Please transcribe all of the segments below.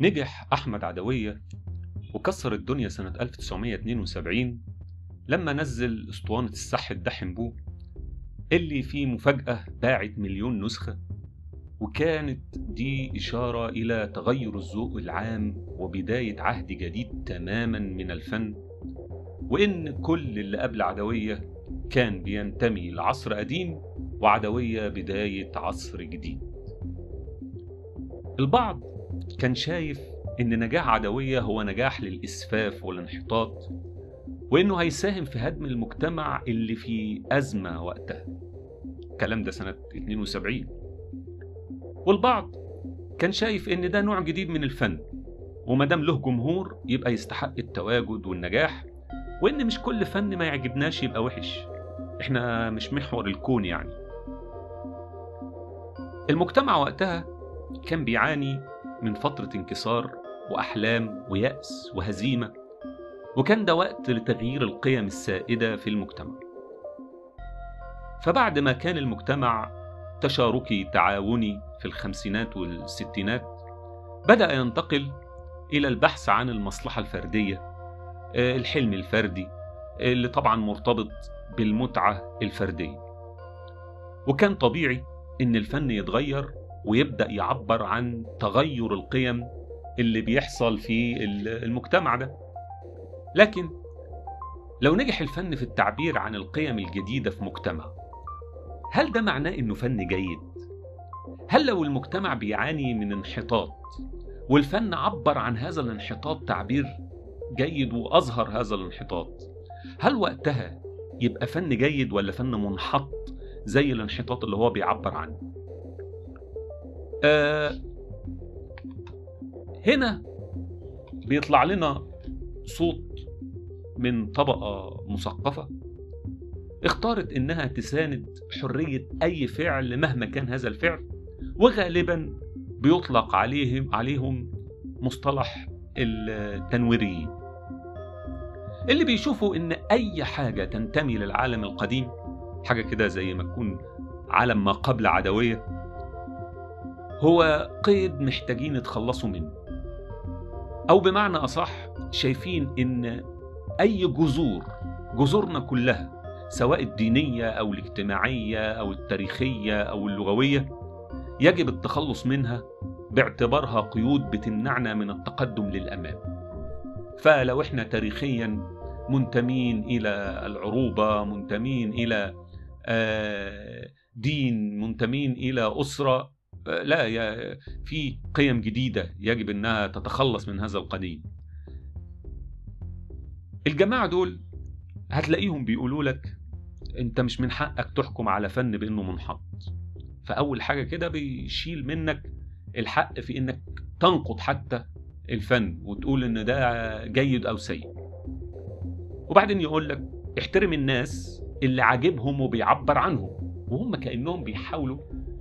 نجح أحمد عدوية وكسر الدنيا سنة 1972 لما نزل اسطوانة الصح الدحم بو اللي في مفاجأة باعت 1,000,000 نسخة، وكانت دي إشارة إلى تغير الذوق العام وبداية عهد جديد تماما من الفن، وإن كل اللي قبل عدوية كان بينتمي لعصر قديم وعدوية بداية عصر جديد. البعض كان شايف إن نجاح عدوية هو نجاح للإسفاف والانحطاط، وإنه هيساهم في هدم المجتمع اللي في أزمة وقتها. الكلام ده سنة 72. والبعض كان شايف إن ده نوع جديد من الفن، ومدام له جمهور يبقى يستحق التواجد والنجاح، وإن مش كل فن ما يعجبناش يبقى وحش، إحنا مش محور الكون يعني. المجتمع وقتها كان بيعاني من فترة انكسار وأحلام ويأس وهزيمة، وكان ده وقت لتغيير القيم السائدة في المجتمع. فبعد ما كان المجتمع تشاركي تعاوني في الخمسينات والستينات، بدأ ينتقل إلى البحث عن المصلحة الفردية، الحلم الفردي اللي طبعا مرتبط بالمتعة الفردية. وكان طبيعي إن الفن يتغير ويبدأ يعبر عن تغير القيم اللي بيحصل في المجتمع ده. لكن لو نجح الفن في التعبير عن القيم الجديدة في مجتمع، هل ده معناه إنه فن جيد؟ هل لو المجتمع بيعاني من انحطاط والفن عبر عن هذا الانحطاط تعبير جيد وأظهر هذا الانحطاط، هل وقتها يبقى فن جيد ولا فن منحط زي الانحطاط اللي هو بيعبر عنه؟ هنا بيطلع لنا صوت من طبقة مثقفة اختارت إنها تساند حرية أي فعل مهما كان هذا الفعل، وغالبا بيطلق عليهم مصطلح التنويريين، اللي بيشوفوا إن أي حاجة تنتمي للعالم القديم، حاجة كده زي ما تكون عالم ما قبل عدوية، هو قيد محتاجين يتخلصوا منه. أو بمعنى أصح شايفين إن أي جذورنا كلها، سواء الدينية أو الاجتماعية أو التاريخية أو اللغوية، يجب التخلص منها باعتبارها قيود بتمنعنا من التقدم للأمام. فلو إحنا تاريخيا منتمين إلى العروبة، منتمين إلى دين، منتمين إلى أسرة، لا، في قيم جديدة يجب أنها تتخلص من هذا القديم. الجماعة دول هتلاقيهم بيقولوا لك أنت مش من حقك تحكم على فن بأنه منحط. فأول حاجة كده بيشيل منك الحق في أنك تنقد حتى الفن وتقول أن ده جيد أو سيء. وبعدين يقول لك احترم الناس اللي عاجبهم وبيعبر عنهم، وهم كأنهم بيحاولوا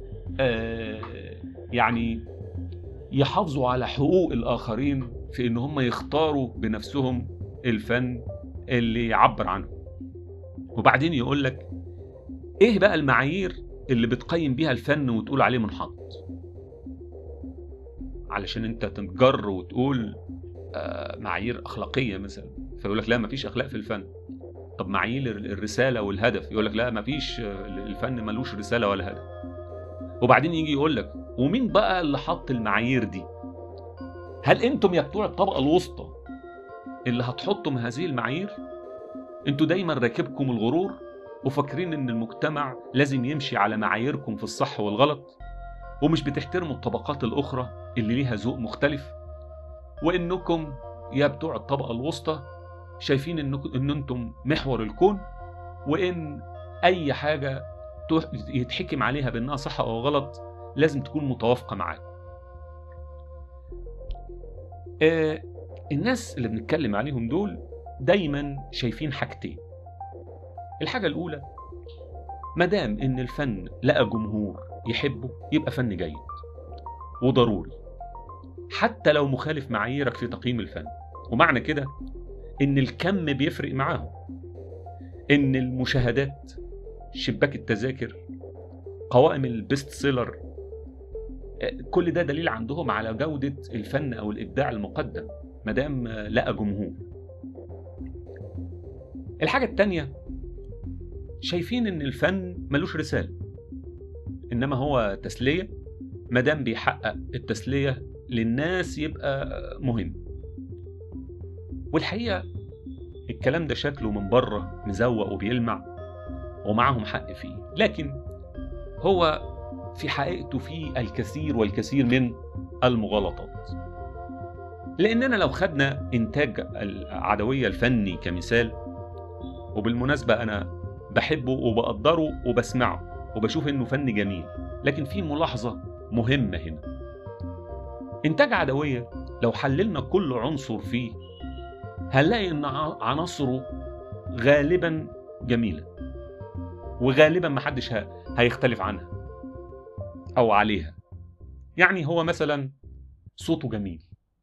يعني يحافظوا على حقوق الآخرين في إن هم يختاروا بنفسهم الفن اللي يعبر عنه. وبعدين يقول لك إيه بقى المعايير اللي بتقيم بيها الفن وتقول عليه منحط، علشان أنت تنجر وتقول معايير أخلاقية مثلا، فيقول لك لا مفيش أخلاق في الفن. طب معايير الرسالة والهدف، يقول لك لا مفيش، الفن ملوش رسالة ولا هدف. وبعدين يجي يقول لك ومين بقى اللي حط المعايير دي؟ هل انتم يا بتوع الطبقة الوسطى اللي هتحطم هذه المعايير؟ انتوا دايما راكبكم الغرور وفاكرين ان المجتمع لازم يمشي على معاييركم في الصح والغلط، ومش بتحترموا الطبقات الاخرى اللي ليها ذوق مختلف، وانكم يا بتوع الطبقة الوسطى شايفين ان انتم محور الكون، وان اي حاجة يتحكم عليها بانها صح او غلط لازم تكون متوافقة معاك. الناس اللي بنتكلم عليهم دول دايما شايفين حاجتين. الحاجة الأولى، مدام إن الفن لقى جمهور يحبه يبقى فن جيد وضروري، حتى لو مخالف معاييرك في تقييم الفن. ومعنى كده إن الكم بيفرق معاهم، إن المشاهدات، شباك التذاكر، قوائم البيست سيلر، كل ده دليل عندهم على جودة الفن أو الإبداع المقدم مدام لقى جمهور. الحاجة التانية، شايفين إن الفن ملوش رسالة، إنما هو تسلية، مدام بيحقق التسلية للناس يبقى مهم. والحقيقة الكلام ده شكله من بره مزوق وبيلمع ومعهم حق فيه، لكن هو في حقيقته فيه الكثير والكثير من المغالطات. لأننا لو خدنا إنتاج العدوية الفني كمثال، وبالمناسبة أنا بحبه وبقدره وبسمعه وبشوف إنه فن جميل، لكن في ملاحظة مهمة هنا. إنتاج عدوية لو حللنا كل عنصر فيه هنلاقي إن عناصره غالبا جميلة، وغالبا محدش هيختلف عنها أو عليها. يعني هو مثلا صوته جميل،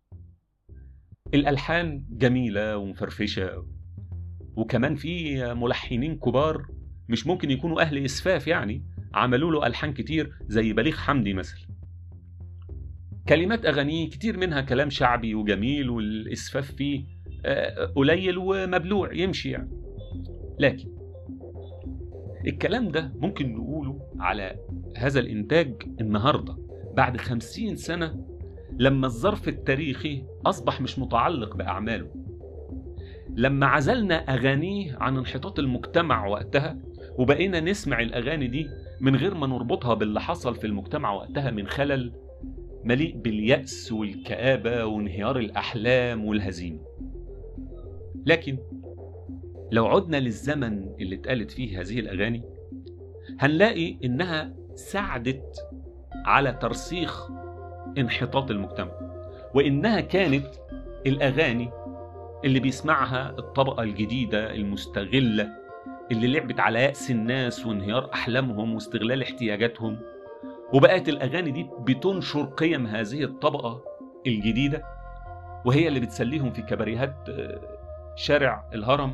الألحان جميلة ومفرفشة، وكمان في ملحنين كبار مش ممكن يكونوا أهل إسفاف، يعني عملوا له ألحان كتير زي بليغ حمدي مثلا. كلمات أغانيه كتير منها كلام شعبي وجميل، والإسفاف فيه قليل ومبلوع يمشي يعني. لكن الكلام ده ممكن نقوله على هذا الإنتاج النهاردة بعد 50 سنة، لما الظرف التاريخي أصبح مش متعلق بأعماله، لما عزلنا أغانيه عن انحطاط المجتمع وقتها وبقينا نسمع الأغاني دي من غير ما نربطها باللي حصل في المجتمع وقتها من خلل مليء باليأس والكآبة وانهيار الأحلام والهزيمة. لكن لو عدنا للزمن اللي اتقالت فيه هذه الأغاني هنلاقي إنها ساعدت على ترسيخ انحطاط المجتمع، وإنها كانت الأغاني اللي بيسمعها الطبقة الجديدة المستغلة اللي لعبت على يأس الناس وانهيار أحلامهم واستغلال احتياجاتهم، وبقت الأغاني دي بتنشر قيم هذه الطبقة الجديدة، وهي اللي بتسليهم في كباريهات شارع الهرم،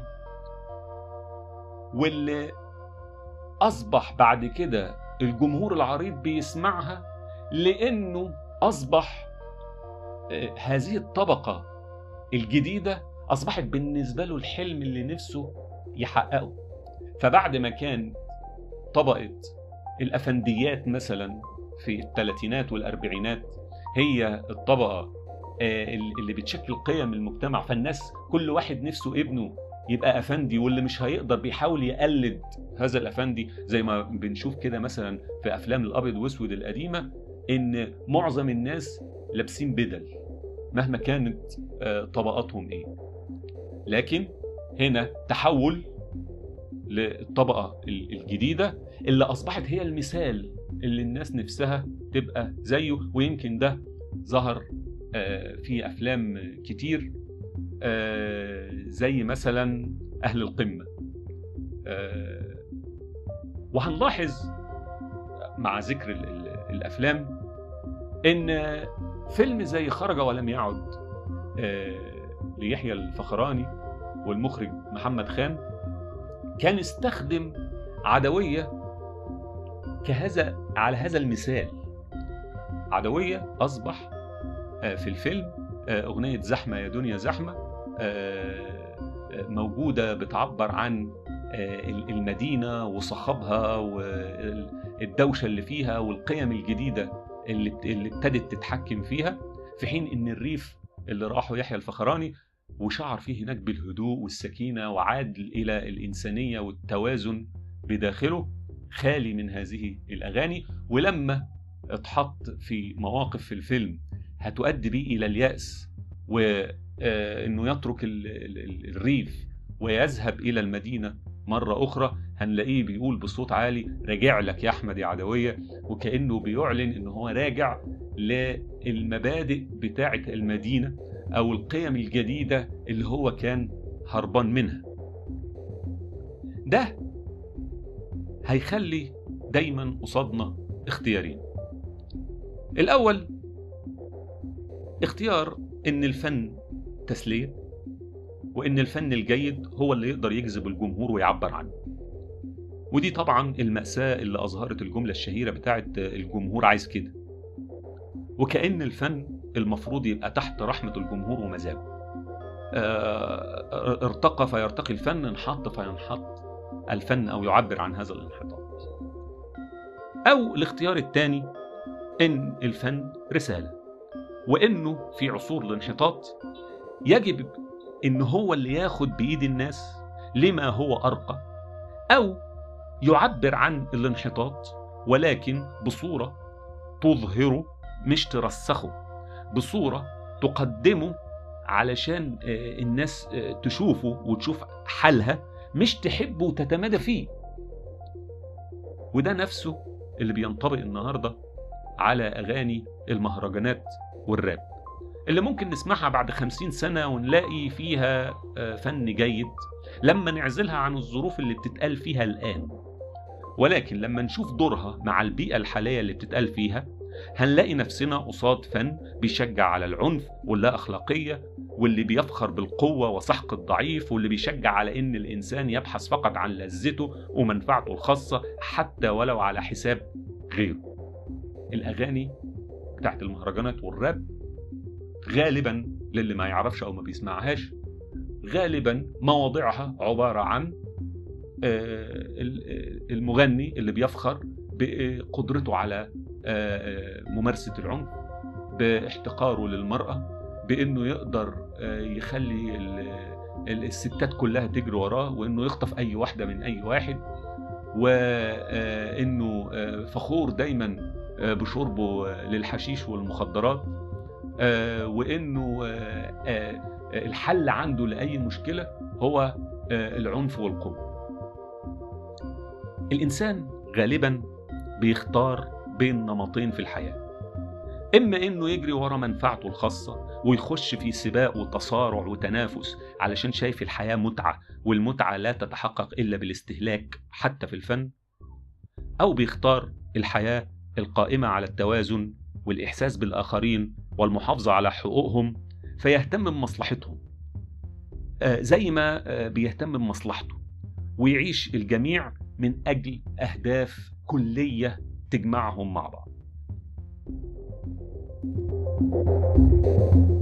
واللي أصبح بعد كده الجمهور العريض بيسمعها، لأنه أصبح هذه الطبقة الجديدة أصبحت بالنسبة له الحلم اللي نفسه يحققه. فبعد ما كان طبقة الأفنديات مثلا في الثلاثينات والأربعينات هي الطبقة اللي بتشكل قيم المجتمع، فالناس كل واحد نفسه ابنه يبقى أفندي، واللي مش هيقدر بيحاول يقلد هذا الأفندي، زي ما بنشوف كده مثلا في أفلام الأبيض وأسود القديمة إن معظم الناس لابسين بدل مهما كانت طبقاتهم إيه. لكن هنا تحول للطبقة الجديدة اللي أصبحت هي المثال اللي الناس نفسها تبقى زيه، ويمكن ده ظهر في أفلام كتير زي مثلا أهل القمة. وهنلاحظ مع ذكر الأفلام إن فيلم زي خرج ولم يعد ليحيى الفخراني والمخرج محمد خان كان استخدم عدوية على هذا المثال. عدوية أصبح في الفيلم أغنية زحمة يا دنيا زحمة موجودة بتعبر عن المدينة وصخبها والدوشة اللي فيها والقيم الجديدة اللي ابتدت تتحكم فيها، في حين إن الريف اللي راحوا يحيى الفخراني وشعر فيه هناك بالهدوء والسكينة وعاد إلى الإنسانية والتوازن بداخله، خالي من هذه الأغاني. ولما اتحط في مواقف في الفيلم هتؤدي بيه إلى اليأس وإنه يترك الريف ويذهب إلى المدينة مرة أخرى، هنلاقيه بيقول بصوت عالي راجع لك يا أحمد يا عدوية، وكأنه بيعلن إنه هو راجع للمبادئ بتاعة المدينة أو القيم الجديدة اللي هو كان هربان منها. ده هيخلي دايما قصادنا اختيارين. الأول اختيار إن الفن تسلية، وإن الفن الجيد هو اللي يقدر يجذب الجمهور ويعبر عنه. ودي طبعا المأساة اللي أظهرت الجملة الشهيرة بتاعت الجمهور عايز كده. وكأن الفن المفروض يبقى تحت رحمة الجمهور ومزاجه. ارتقى فيرتقي الفن، انحط فينحط الفن أو يعبر عن هذا الانحطاط. أو الاختيار الثاني إن الفن رسالة، وإنه في عصور الانحطاط يجب إن هو اللي ياخد بإيد الناس لما هو أرقى، أو يعبر عن الانحطاط ولكن بصورة تظهره مش ترسخه، بصورة تقدمه علشان الناس تشوفه وتشوف حالها، مش تحبه وتتمادى فيه. وده نفسه اللي بينطبق النهاردة على أغاني المهرجانات والراب اللي ممكن نسمعها بعد 50 سنة ونلاقي فيها فن جيد لما نعزلها عن الظروف اللي بتتقال فيها الآن. ولكن لما نشوف دورها مع البيئة الحالية اللي بتتقال فيها هنلاقي نفسنا قصاد فن بيشجع على العنف واللا أخلاقية، واللي بيفخر بالقوة وسحق الضعيف، واللي بيشجع على إن الإنسان يبحث فقط عن لذته ومنفعته الخاصة حتى ولو على حساب غيره. الأغاني بتاعت المهرجانات والراب غالبا للي ما يعرفش أو ما بيسمعهاش، غالبا مواضيعها عبارة عن المغني اللي بيفخر بقدرته على ممارسة العنف، باحتقاره للمرأة، بأنه يقدر يخلي الستات كلها تجري وراه، وأنه يخطف أي واحدة من أي واحد، وأنه فخور دايما بشربه للحشيش والمخدرات، وأنه الحل عنده لأي مشكلة هو العنف والقوة. الإنسان غالبا بيختار بين نمطين في الحياة، إما إنه يجري ورا منفعته الخاصة ويخش في سباق وتصارع وتنافس علشان شايف الحياة متعة، والمتعة لا تتحقق إلا بالاستهلاك حتى في الفن، أو بيختار الحياة القائمة على التوازن والإحساس بالآخرين والمحافظة على حقوقهم، فيهتم بمصلحتهم زي ما بيهتم بمصلحته، ويعيش الجميع من أجل أهداف كلية تجمعهم مع بعض.